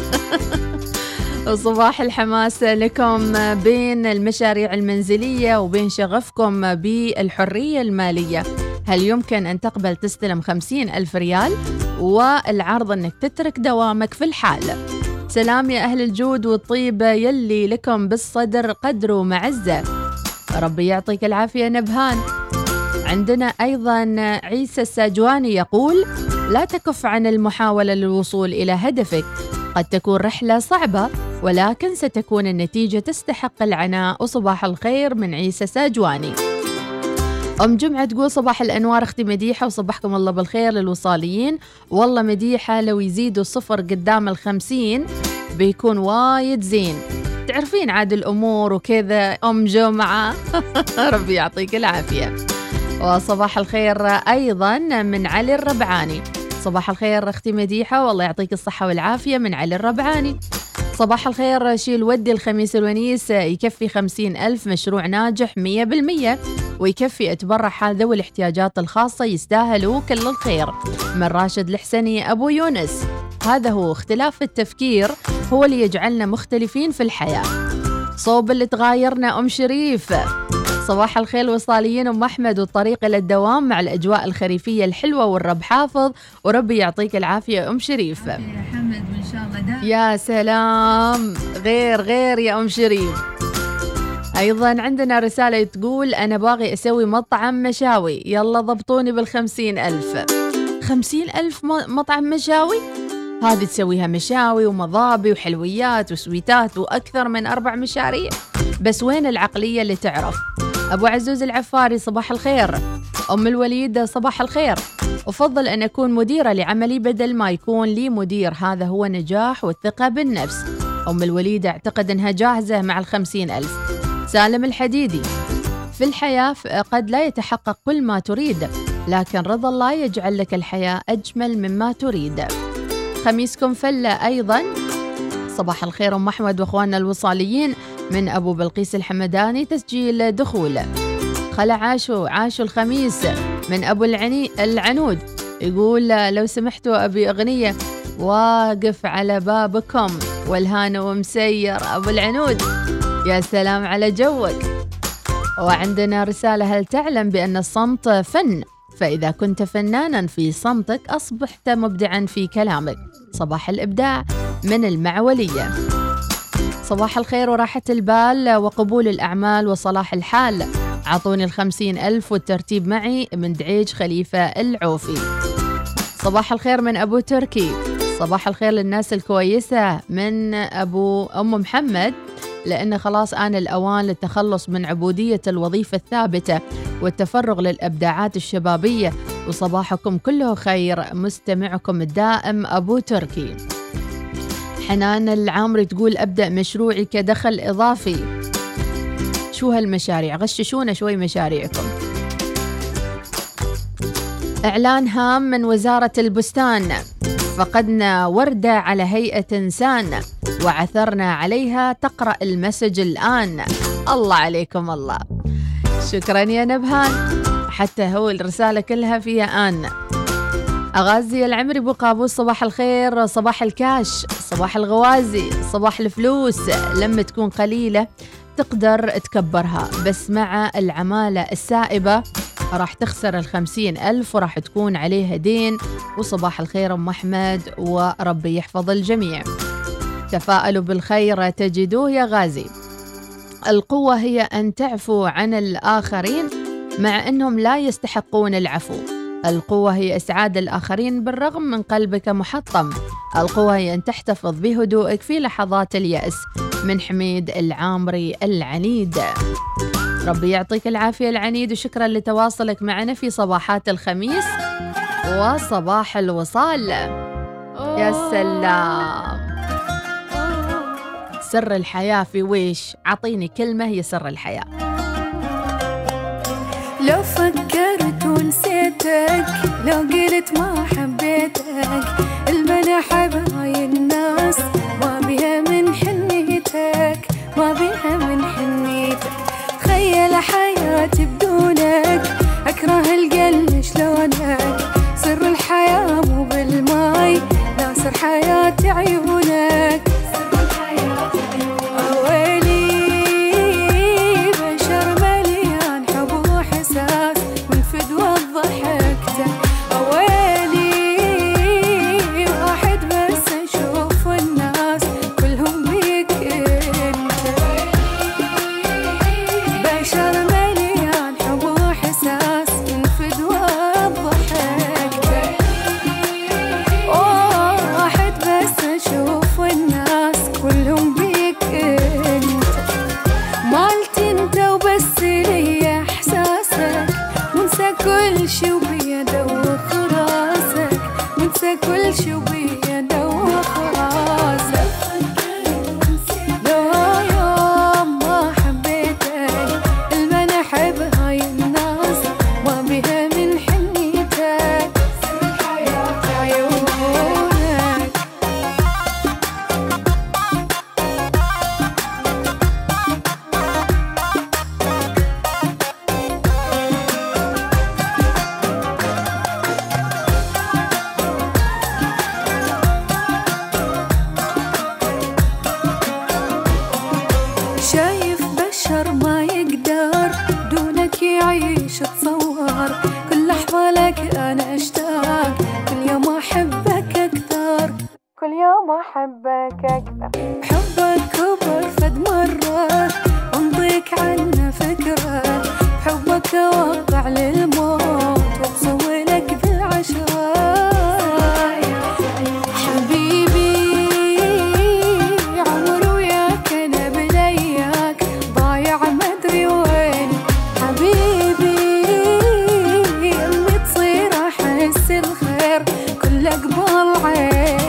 وصباح الحماس لكم بين المشاريع المنزلية وبين شغفكم بالحرية المالية. هل يمكن أن تقبل تستلم 50,000 ريال والعرض أنك تترك دوامك في الحال؟ سلام يا أهل الجود والطيبة يلي لكم بالصدر قدر ومعزة، ربي يعطيك العافية نبهان. عندنا أيضا عيسى الساجواني يقول لا تكف عن المحاولة للوصول إلى هدفك، قد تكون رحلة صعبة ولكن ستكون النتيجة تستحق العناء. وصباح الخير من عيسى ساجواني. أم جمعة تقول صباح الأنوار أختي مديحة وصبحكم الله بالخير للوصاليين. والله مديحة لو يزيدوا 0 قدام 50 بيكون وايد زين، تعرفين عاد الأمور وكذا. أم جمعة ربي يعطيك العافية. وصباح الخير أيضا من علي الربعاني. صباح الخير أختي مديحة والله يعطيك الصحة والعافية من علي الربعاني. صباح الخير، شيل ودي الخميس الونيس يكفي 50,000، مشروع ناجح 100% ويكفي أتبرع حال ذوي الاحتياجات الخاصة يستاهلوا كل الخير. من راشد الحسني أبو يونس. هذا هو اختلاف التفكير هو اللي يجعلنا مختلفين في الحياة. صوب اللي تغايرنا أم شريف. صباح الخير وصاليين أم أحمد، والطريق إلى الدوام مع الأجواء الخريفية الحلوة والرب حافظ، وربي يعطيك العافية أم شريف. يا حمد وإن شاء الله دائما. يا سلام، غير يا أم شريف. أيضا عندنا رسالة تقول أنا باغي أسوي مطعم مشاوي، يلا ضبطوني بال50,000. 50,000 مطعم مشاوي؟ هذه تسويها مشاوي ومضابي وحلويات وسويتات وأكثر من 4 مشاريع. بس وين العقلية اللي تعرف؟ أبو عزوز العفاري صباح الخير. أم الوليد صباح الخير. أفضل أن أكون مديرة لعملي بدل ما يكون لي مدير، هذا هو نجاح والثقة بالنفس. أم الوليد أعتقد أنها جاهزة مع 50,000. سالم الحديدي، في الحياة قد لا يتحقق كل ما تريد، لكن رضا الله يجعل لك الحياة أجمل مما تريد. خميسكم فلة. أيضا صباح الخير أم أحمد وأخواننا الوصاليين من أبو بلقيس الحمداني، تسجيل دخول. خلا عاشوا الخميس من أبو العنود، يقول لو سمحتوا أبي أغنية واقف على بابكم والهان ومسير. أبو العنود يا سلام على جوك. وعندنا رسالة، هل تعلم بأن الصمت فن؟ فإذا كنت فنانا في صمتك أصبحت مبدعا في كلامك. صباح الإبداع من المعولية. صباح الخير وراحة البال وقبول الأعمال وصلاح الحال. عطوني 50,000 والترتيب معي من دعيج خليفة العوفي. صباح الخير من أبو تركي. صباح الخير للناس الكويسة من أم محمد، لأن خلاص آن الأوان للتخلص من عبودية الوظيفة الثابتة والتفرغ للأبداعات الشبابية. وصباحكم كله خير، مستمعكم الدائم أبو تركي. حنان العامري تقول أبدأ مشروعي كدخل إضافي. شو هالمشاريع؟ غششونا شوي مشاريعكم. إعلان هام من وزارة البستان، فقدنا وردة على هيئة إنسان وعثرنا عليها تقرأ المسج الآن. الله عليكم الله. شكرا يا نبهان. حتى هو الرسالة كلها فيها آن. أغازي العمري بو قابوس، صباح الخير، صباح الكاش، صباح الغوازي، صباح الفلوس. لما تكون قليلة تقدر تكبرها، بس مع العمالة السائبة راح تخسر 50,000 وراح تكون عليها دين. وصباح الخير أم أحمد، وربي يحفظ الجميع. تفاءلوا بالخير تجدوه يا غازي. القوة هي أن تعفو عن الآخرين مع أنهم لا يستحقون العفو. القوة هي إسعاد الآخرين بالرغم من قلبك محطم. القوة هي أن تحتفظ بهدوءك في لحظات اليأس. من حميد العامري العنيد. ربي يعطيك العافية العنيد، وشكرا لتواصلك معنا في صباحات الخميس وصباح الوصال. يا سلام. سر الحياة في ويش؟ عطيني كلمة هي سر الحياة. لو فكرت ونسيتك، لو قلت ما حبيتك، البلا حب هاي الناس ما بيها من حنيتك، ما بيها من حنيتك. تخيل حياتي بدونك، أكره القلب شلونك. سر الحياة مو بالماي، لا سر حياتي عيونك. كل شي بيده وخلاصك. لو يوم ما حبيتك، المنى حب هاي الناس ما بها من حنيتك. عيونك أحبك أكثر. حبك كبر فد مرة، أنطيك عنه فكرة. حبك وقع للموت، وبصولك بالعشرة. حبيبي عمر وياك أنا بلياك، ضايع مدري وين. حبيبي يمي تصير أحس الخير كل قبل عين.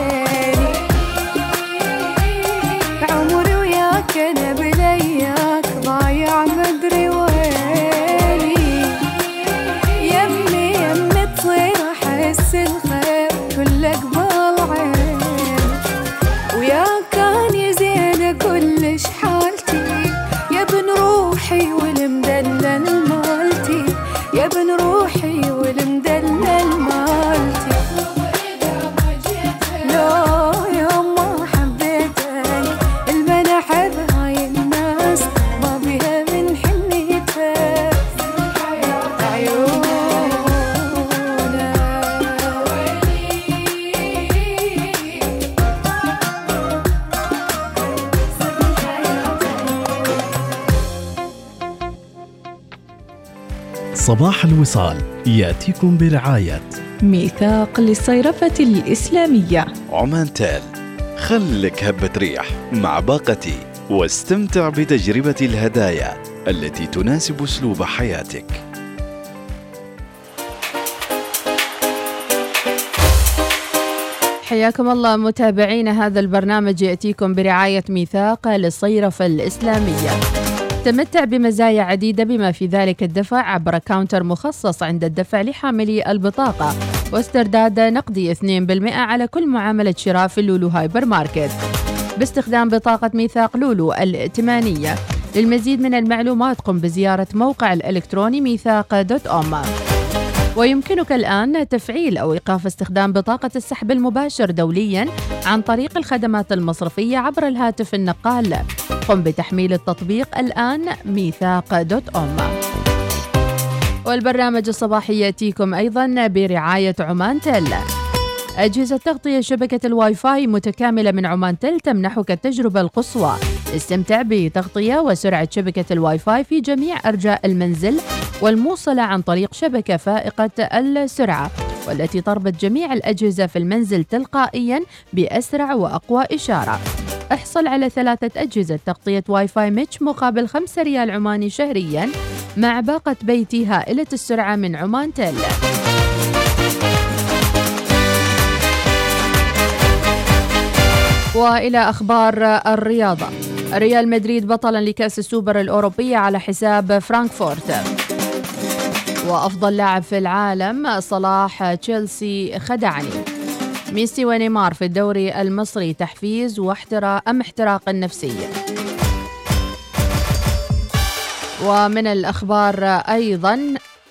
أنا بلياك ضايع مدري ويني. يمي يمي تصير أحس الخير كل قبل عين. ويا كان يزين كلش حالتي، يا ابن روحي والمدلل مالتي، يا ابن روحي والمدلل مالتي. لو يوم ما حبيتك، المنى حب هاي الناس ما بيها من حنيتك. عيونك صباح الوصال ياتيكم برعاية ميثاق للصيرفة الإسلامية، عمان تال. خلك هبة ريح مع باقتي، واستمتع بتجربة الهدايا التي تناسب أسلوب حياتك. حياكم الله متابعينا، هذا البرنامج يأتيكم برعاية ميثاق للصيرفة الإسلامية. تمتع بمزايا عديدة بما في ذلك الدفع عبر كاونتر مخصص عند الدفع لحاملي البطاقة، واسترداد نقدي 2% على كل معاملة شراء في اللولو هايبر ماركت باستخدام بطاقة ميثاق لولو الائتمانية. للمزيد من المعلومات قم بزيارة موقع الإلكتروني ميثاق.com. ويمكنك الآن تفعيل أو إيقاف استخدام بطاقة السحب المباشر دولياً عن طريق الخدمات المصرفية عبر الهاتف النقال. قم بتحميل التطبيق الآن ميثاق.com. والبرنامج الصباحي يأتيكم أيضاً برعاية عمان تل. أجهزة تغطية شبكة الواي فاي متكاملة من عمان تل تمنحك التجربة القصوى. استمتع بتغطية وسرعة شبكة الواي فاي في جميع أرجاء المنزل والموصلة عن طريق شبكة فائقة السرعة والتي تربط جميع الأجهزة في المنزل تلقائياً بأسرع وأقوى إشارة. احصل على 3 أجهزة تغطية واي فاي ميتش مقابل 5 ريال عماني شهرياً مع باقة بيتي هائلة السرعة من عمان تل. وإلى أخبار الرياضة. ريال مدريد بطلاً لكأس السوبر الأوروبية على حساب فرانكفورت. وأفضل لاعب في العالم صلاح تشيلسي خدعني. ميسي ونيمار في الدوري المصري تحفيز احتراق نفسي. ومن الأخبار أيضاً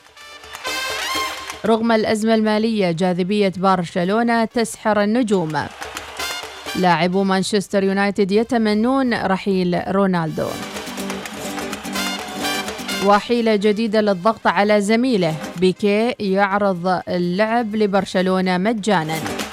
رغم الأزمة المالية جاذبية برشلونة تسحر النجوم. لاعبو مانشستر يونايتد يتمنون رحيل رونالدو. وحيلة جديدة للضغط على زميله بيكي يعرض اللعب لبرشلونة مجانا.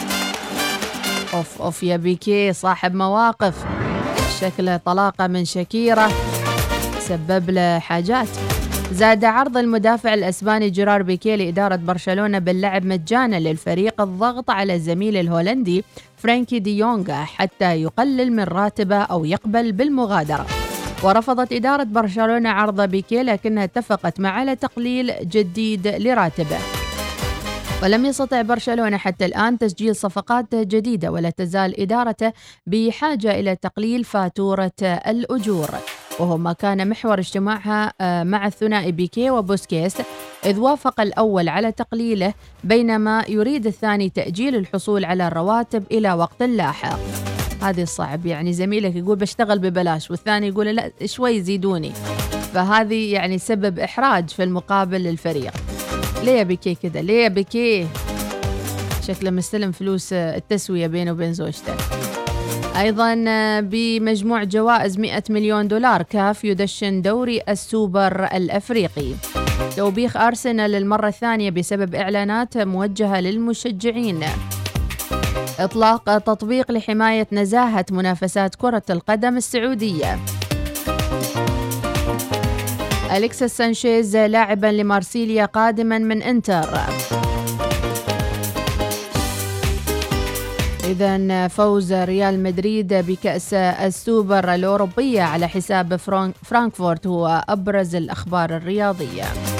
أوف يا بيكي صاحب مواقف، شكله طلاقة من شاكيرا سبب له حاجات. زاد عرض المدافع الأسباني جيرار بيكي لإدارة برشلونة باللعب مجانا للفريق الضغط على زميل الهولندي فرانكي دي يونغ حتى يقلل من راتبه أو يقبل بالمغادرة. ورفضت إدارة برشلونة عرض بيكي لكنها اتفقت معه على تقليل جديد لراتبه. ولم يستطع برشلونة حتى الآن تسجيل صفقات جديدة ولا تزال إدارته بحاجة إلى تقليل فاتورة الأجور، وهو ما كان محور اجتماعها مع الثنائي بيكي وبوسكيس، إذ وافق الأول على تقليله بينما يريد الثاني تأجيل الحصول على الرواتب إلى وقت لاحق. هذه الصعب، يعني زميلك يقول بشتغل ببلاش والثاني يقول لا شوي زيدوني، فهذه يعني سبب إحراج في المقابل للفريق. ليه يا بيكي كده؟ ليه يا بيكي؟ شكله مستلم فلوس التسوية بينه وبين زوجته. أيضا بمجموع جوائز 100 مليون دولار كاف يدشن دوري السوبر الأفريقي. توبيخ أرسنال للمرة الثانية بسبب إعلانات موجهة للمشجعين. إطلاق تطبيق لحماية نزاهة منافسات كرة القدم السعودية. أليكسيس سانشيز لاعبا لمارسيليا قادما من إنتر. إذن فوز ريال مدريد بكأس السوبر الأوروبية على حساب فرانكفورت هو أبرز الأخبار الرياضية.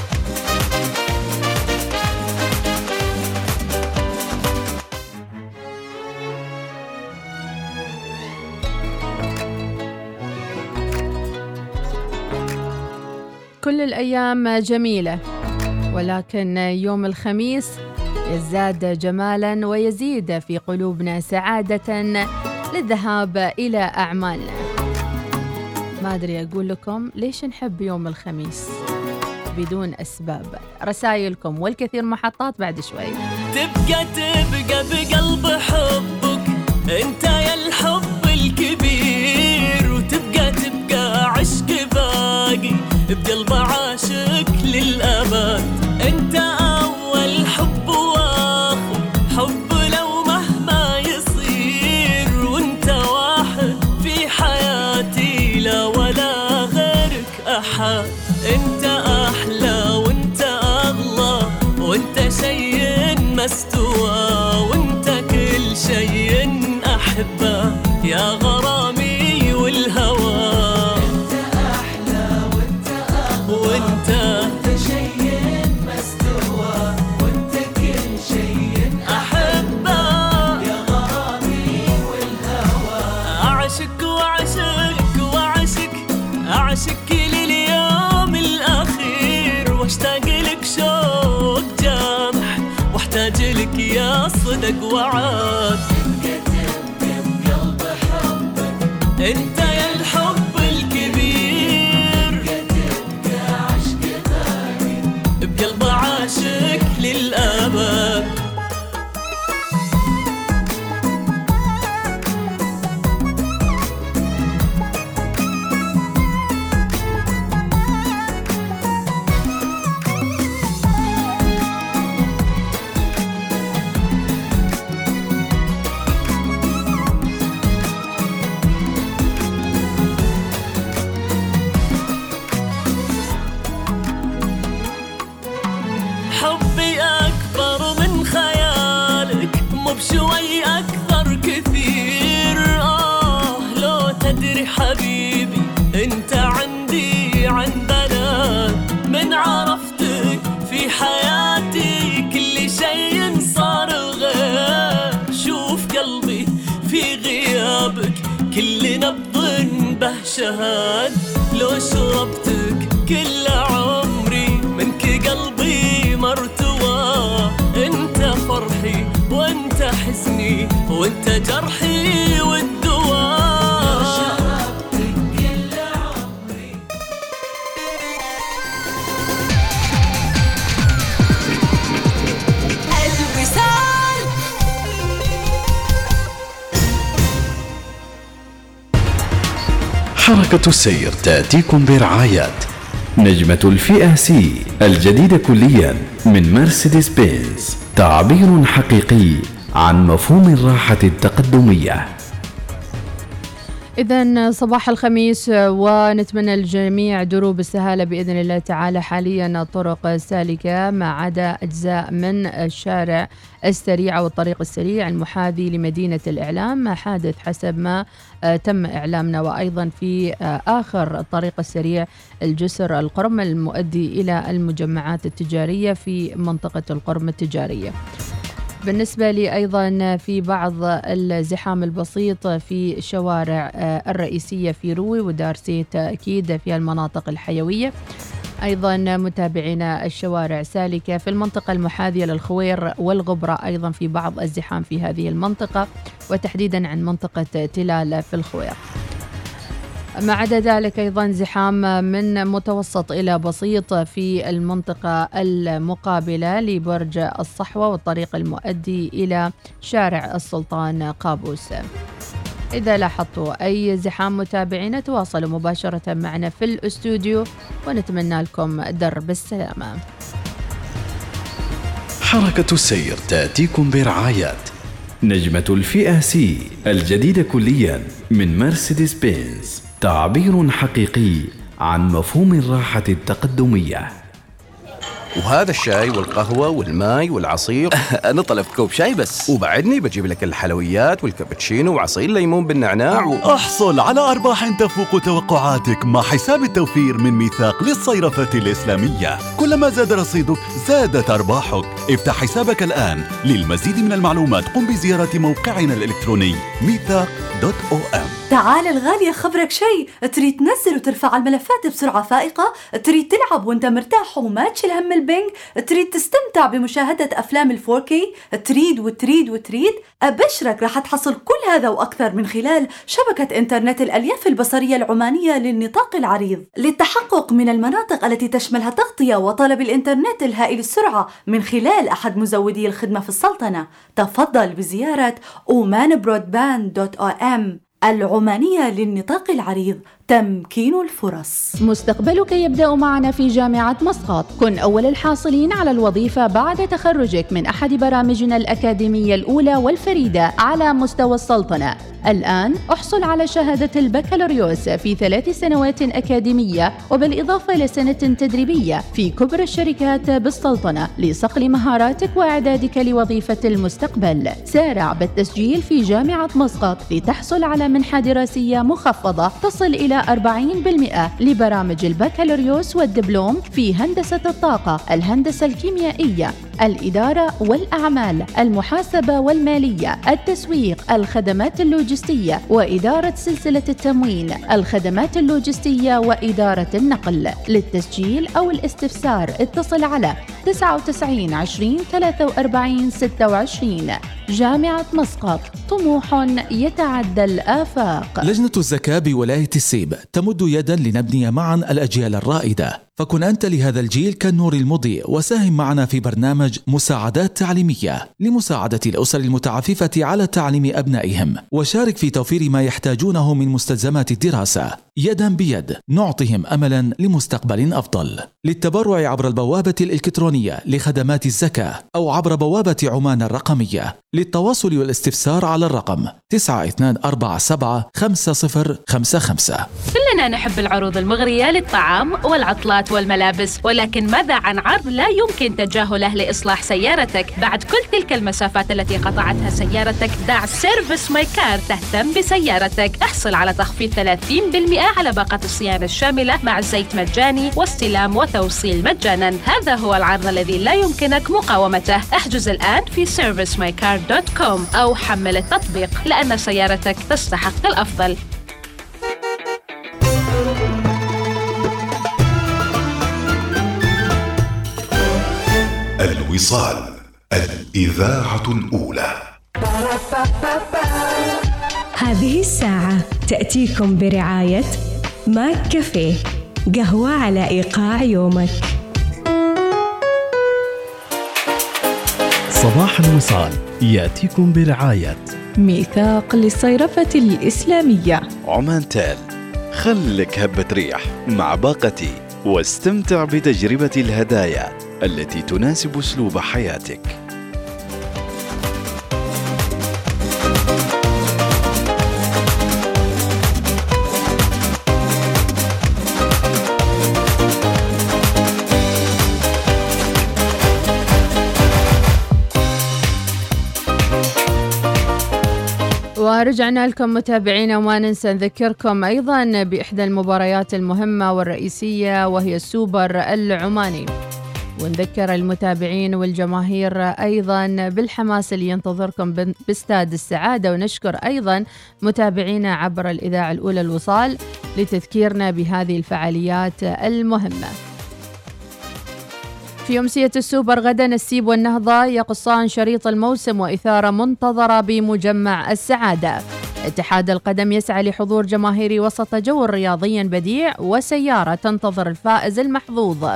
كل الأيام جميلة، ولكن يوم الخميس يزداد جمالاً ويزيد في قلوبنا سعادة للذهاب إلى أعمالنا. ما أدري أقول لكم ليش نحب يوم الخميس بدون أسباب. رسائلكم والكثير محطات بعد شوي. تبقى بقلب حبك انت يا الحب الكبير، وتبقى عشق باقي بقلب عاشق للأبد. انت أول حب واخر حب لو مهما يصير، وانت واحد في حياتي لا ولا غيرك أحد. انت أحلى وانت أغلى وانت شيء ما استوى، وانت كل شيء أحبه يا غرامي والهوى. انت أحلى وانت أغلى وانت شيء ما استوى، وانت كل شيء أحبه يا غرامي والهوى. أعشق وأعشق وأعشق أعشق لليوم الأخير، واشتاق لك شوق جامح، واحتاج لك يا صدق وعاد. تبقى بقلب حبك انت يا الحب الكبير. طب شوي أكثر كثير. لو تدري حبيبي أنت عندي عندنا، من عرفتك في حياتي كل شيء صار غير. شوف قلبي في غيابك كل نبض به شهاد. لو شربتك كل عمري منك قلبي مرتوى. انت فرحي وانت حزني وانت جرحي والدواء. لو شربتك كل عمري. الوصال. حركة السير تأتيكم برعاية نجمة الفئة سي الجديدة كليا من مرسيدس بنز، تعبير حقيقي عن مفهوم الراحة التقدمية. إذن صباح الخميس ونتمنى للجميع دروب السهالة بإذن الله تعالى. حاليا الطرق سالكة ما عدا أجزاء من الشارع السريع أو الطريق السريع المحاذي لمدينة الإعلام، حادث حسب ما تم إعلامنا. وأيضا في آخر الطريق السريع الجسر القرم المؤدي إلى المجمعات التجارية في منطقة القرم التجارية. بالنسبة لي أيضا في بعض الزحام البسيط في الشوارع الرئيسية في روي ودارسيت أكيد في المناطق الحيوية. أيضا متابعينا الشوارع سالكة في المنطقة المحاذية للخوير والغبرة، أيضا في بعض الزحام في هذه المنطقة وتحديدا عن منطقة تلال في الخوير. ما عدا ذلك أيضا زحام من متوسط إلى بسيط في المنطقة المقابلة لبرج الصحوة والطريق المؤدي إلى شارع السلطان قابوس. إذا لاحظتوا أي زحام متابعينا تواصلوا مباشرة معنا في الأستوديو ونتمنى لكم درب السلامة. حركة السير تأتيكم برعاية نجمة الفئة سي الجديدة كليا من مرسيدس بنز، تعبير حقيقي عن مفهوم الراحة التقدمية. وهذا الشاي والقهوة والماي والعصير. أنا طلبت كوب شاي بس، وبعدني بجيب لك الحلويات والكابتشينو وعصير ليمون بالنعناع احصل على أرباح تفوق توقعاتك مع حساب التوفير من ميثاق للصيرفة الإسلامية. كلما زاد رصيدك زادت أرباحك. افتح حسابك الآن. للمزيد من المعلومات قم بزيارة موقعنا الإلكتروني ميثاق.om. تعال الغالية خبرك شيء. تريد تنزل وترفع الملفات بسرعة فائقة؟ تريد تلعب وانت مرتاح وما تشيل هم البنج؟ تريد تستمتع بمشاهدة أفلام ال4K؟ تريد أبشرك رح تحصل كل هذا وأكثر من خلال شبكة إنترنت الألياف البصرية العمانية للنطاق العريض. للتحقق من المناطق التي تشملها تغطية وطلب الإنترنت الهائل السرعة من خلال أحد مزودي الخدمة في السلطنة، تفضل بزيارة omanbroadband.om العمانية للنطاق العريض، تمكين الفرص. مستقبلك يبدأ معنا في جامعة مسقط. كن أول الحاصلين على الوظيفة بعد تخرجك من أحد برامجنا الأكاديمية الأولى والفريدة على مستوى السلطنة. الآن احصل على شهادة البكالوريوس في 3 سنوات أكاديمية وبالإضافة إلى سنة تدريبية في كبرى الشركات بالسلطنة لصقل مهاراتك وإعدادك لوظيفة المستقبل. سارع بالتسجيل في جامعة مسقط لتحصل على منحة دراسية مخفضة تصل إلى 40% لبرامج البكالوريوس والدبلوم في هندسة الطاقة، الهندسة الكيميائية، الإدارة والأعمال، المحاسبة والمالية، التسويق، الخدمات اللوجستية وإدارة سلسلة التموين، الخدمات اللوجستية وإدارة النقل. للتسجيل أو الاستفسار اتصل على 99 20 43 26. جامعة مسقط، طموح يتعدى الآفاق. لجنة الزكاة بولاية السيب تمد يدا لنبني معا الأجيال الرائدة، فكن أنت لهذا الجيل كالنور المضيء وساهم معنا في برنامج مساعدات تعليمية لمساعدة الأسر المتعففة على تعليم أبنائهم، وشارك في توفير ما يحتاجونه من مستلزمات الدراسة. يدا بيد نعطيهم أملا لمستقبل أفضل. للتبرع عبر البوابة الإلكترونية لخدمات الزكاة أو عبر بوابة عمان الرقمية. للتواصل والاستفسار على الرقم 9247 5055. كلنا كلنا نحب العروض المغرية للطعام والعطلات والملابس، ولكن ماذا عن عرض لا يمكن تجاهله لإصلاح سيارتك؟ بعد كل تلك المسافات التي قطعتها سيارتك، دع سيرفيس ماي كار تهتم بسيارتك. احصل على تخفيض 30% على باقة الصيانة الشاملة مع زيت مجاني واستلام وتوصيل مجانا. هذا هو العرض الذي لا يمكنك مقاومته. احجز الآن في servicemycar.com أو حمل التطبيق، لأن سيارتك تستحق الأفضل. الوصال، الإذاعة الأولى. هذه الساعة تأتيكم برعاية ماك كافيه، قهوة على إيقاع يومك. صباح الوصال يأتيكم برعاية ميثاق للصيرفة الإسلامية، عمان تال، خلك هبة ريح مع باقتي واستمتع بتجربة الهدايا التي تناسب أسلوب حياتك. ورجعنا لكم متابعينا، وما ننسى نذكركم أيضا بإحدى المباريات المهمة والرئيسية وهي السوبر العماني، ونذكر المتابعين والجماهير أيضا بالحماس اللي ينتظركم باستاد السعادة، ونشكر أيضا متابعينا عبر الإذاعة الأولى الوصال لتذكيرنا بهذه الفعاليات المهمة. في أمسية السوبر غدا السيب والنهضة يقصان شريط الموسم وإثارة منتظرة بمجمع السعادة. اتحاد القدم يسعى لحضور جماهيري وسط جو رياضي بديع وسيارة تنتظر الفائز المحظوظ.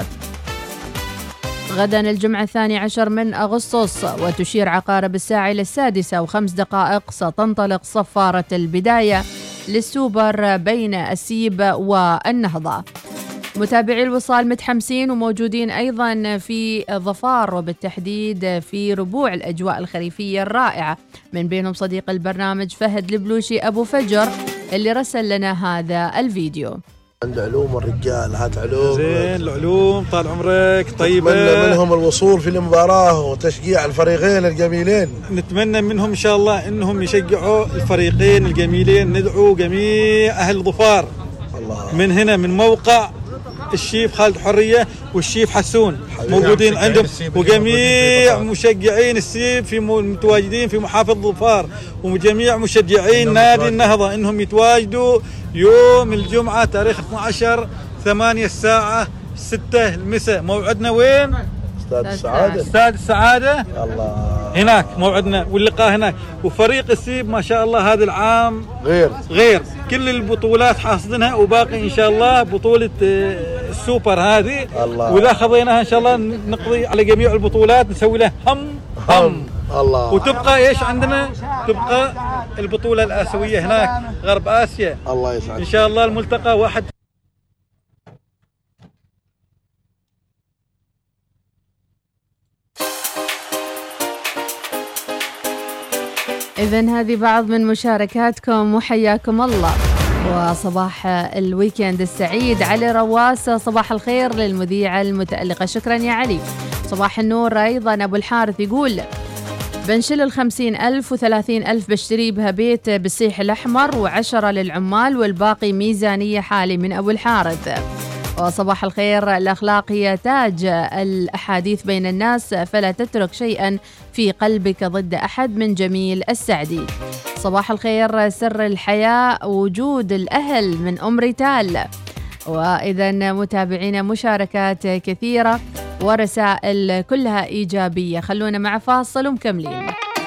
غدا الجمعة 12 من أغسطس وتشير عقارب الساعة إلى 6:05 ستنطلق صفارة البداية للسوبر بين السيب والنهضة. متابعي الوصال متحمسين وموجودين أيضا في ظفار، وبالتحديد في ربوع الأجواء الخريفية الرائعة، من بينهم صديق البرنامج فهد البلوشي أبو فجر اللي رسل لنا هذا الفيديو. عند علوم الرجال، هات علوم زين العلوم، طال عمرك طيبة. نتمنى منهم الوصول في المباراة وتشجيع الفريقين الجميلين. نتمنى منهم إن شاء الله إنهم يشجعوا الفريقين الجميلين. ندعو جميع أهل ظفار الله. من هنا من موقع الشيف خالد حرية والشيف حسون موجودين عندهم، وجميع مشجعين السيب في متواجدين في محافظة ظفار، وجميع مشجعين نادي النهضة إنهم يتواجدوا يوم الجمعة تاريخ 12/8 الساعة 6 المساء. موعدنا وين؟ استاد السعادة. استاد السعادة الله، هناك موعدنا واللقاء هناك. وفريق السيب ما شاء الله هذا العام غير كل البطولات حاصدينها، وباقي إن شاء الله بطولة السوبر هذه الله. وإذا خضيناها إن شاء الله نقضي على جميع البطولات، نسوي له هم الله. وتبقى إيش عندنا؟ تبقى البطولة الآسيوية هناك غرب آسيا الله يسعدك إن شاء الله. الملتقى 1 إذن هذه بعض من مشاركاتكم وحياكم الله، وصباح الويكند السعيد. علي رواس، صباح الخير للمذيعة المتألقة. شكرا يا علي. صباح النور أيضا. أبو الحارث يقول بنشل 50,000 و30,000 بشتري بها بيت بالسيح الأحمر، و10 للعمال والباقي ميزانية حالي. من أبو الحارث. وصباح الخير، الأخلاق هي تاج الأحاديث بين الناس، فلا تترك شيئا في قلبك ضد أحد. من جميل السعدي. صباح الخير، سر الحياة وجود الأهل. من أم ريتال. وإذا متابعينا مشاركات كثيرة ورسائل كلها إيجابية. خلونا مع فاصل ومكملين.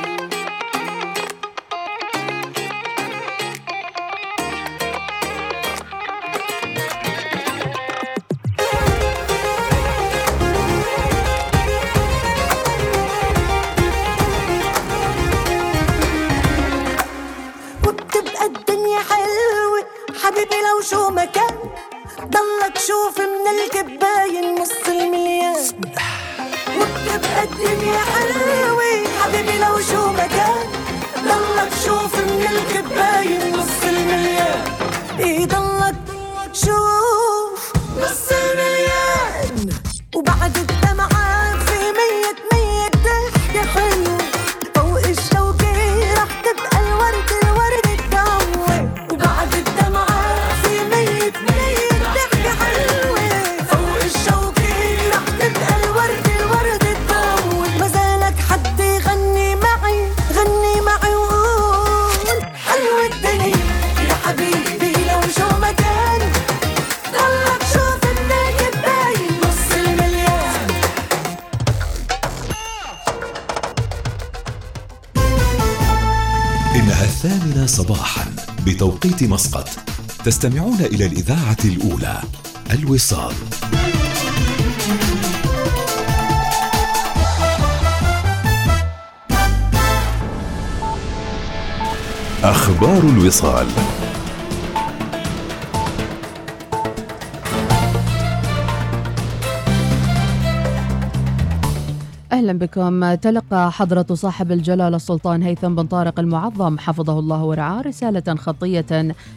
حبيبي لو شو مكان ضلك شوف من الكباين نص المليان، وبتبقى الدنيا حلوة. حبيبي لو شو مكان ضلك شوف من الكباين نص المليان. ضلك وشوف نص المليون وبعد الدمعات في 100 ضحكة حلوة فوق الشوكة رح تبقى الورد الدوي وبعد الدمعات في 100 ضحكة حلوة فوق الشوكة رح تبقى الورد الدوي ما زالك حد غني معي وقول حلوة الدنيا يا حبيبي لو شو مكان ضلك شوف منك باين نص المليون. إنها 8 صباحا بتوقيت مسقط. تستمعون إلى الإذاعة الأولى الوصال. أخبار الوصال. أهلا بكم. تلقى حضرة صاحب الجلالة السلطان هيثم بن طارق المعظم حفظه الله ورعاه رسالة خطية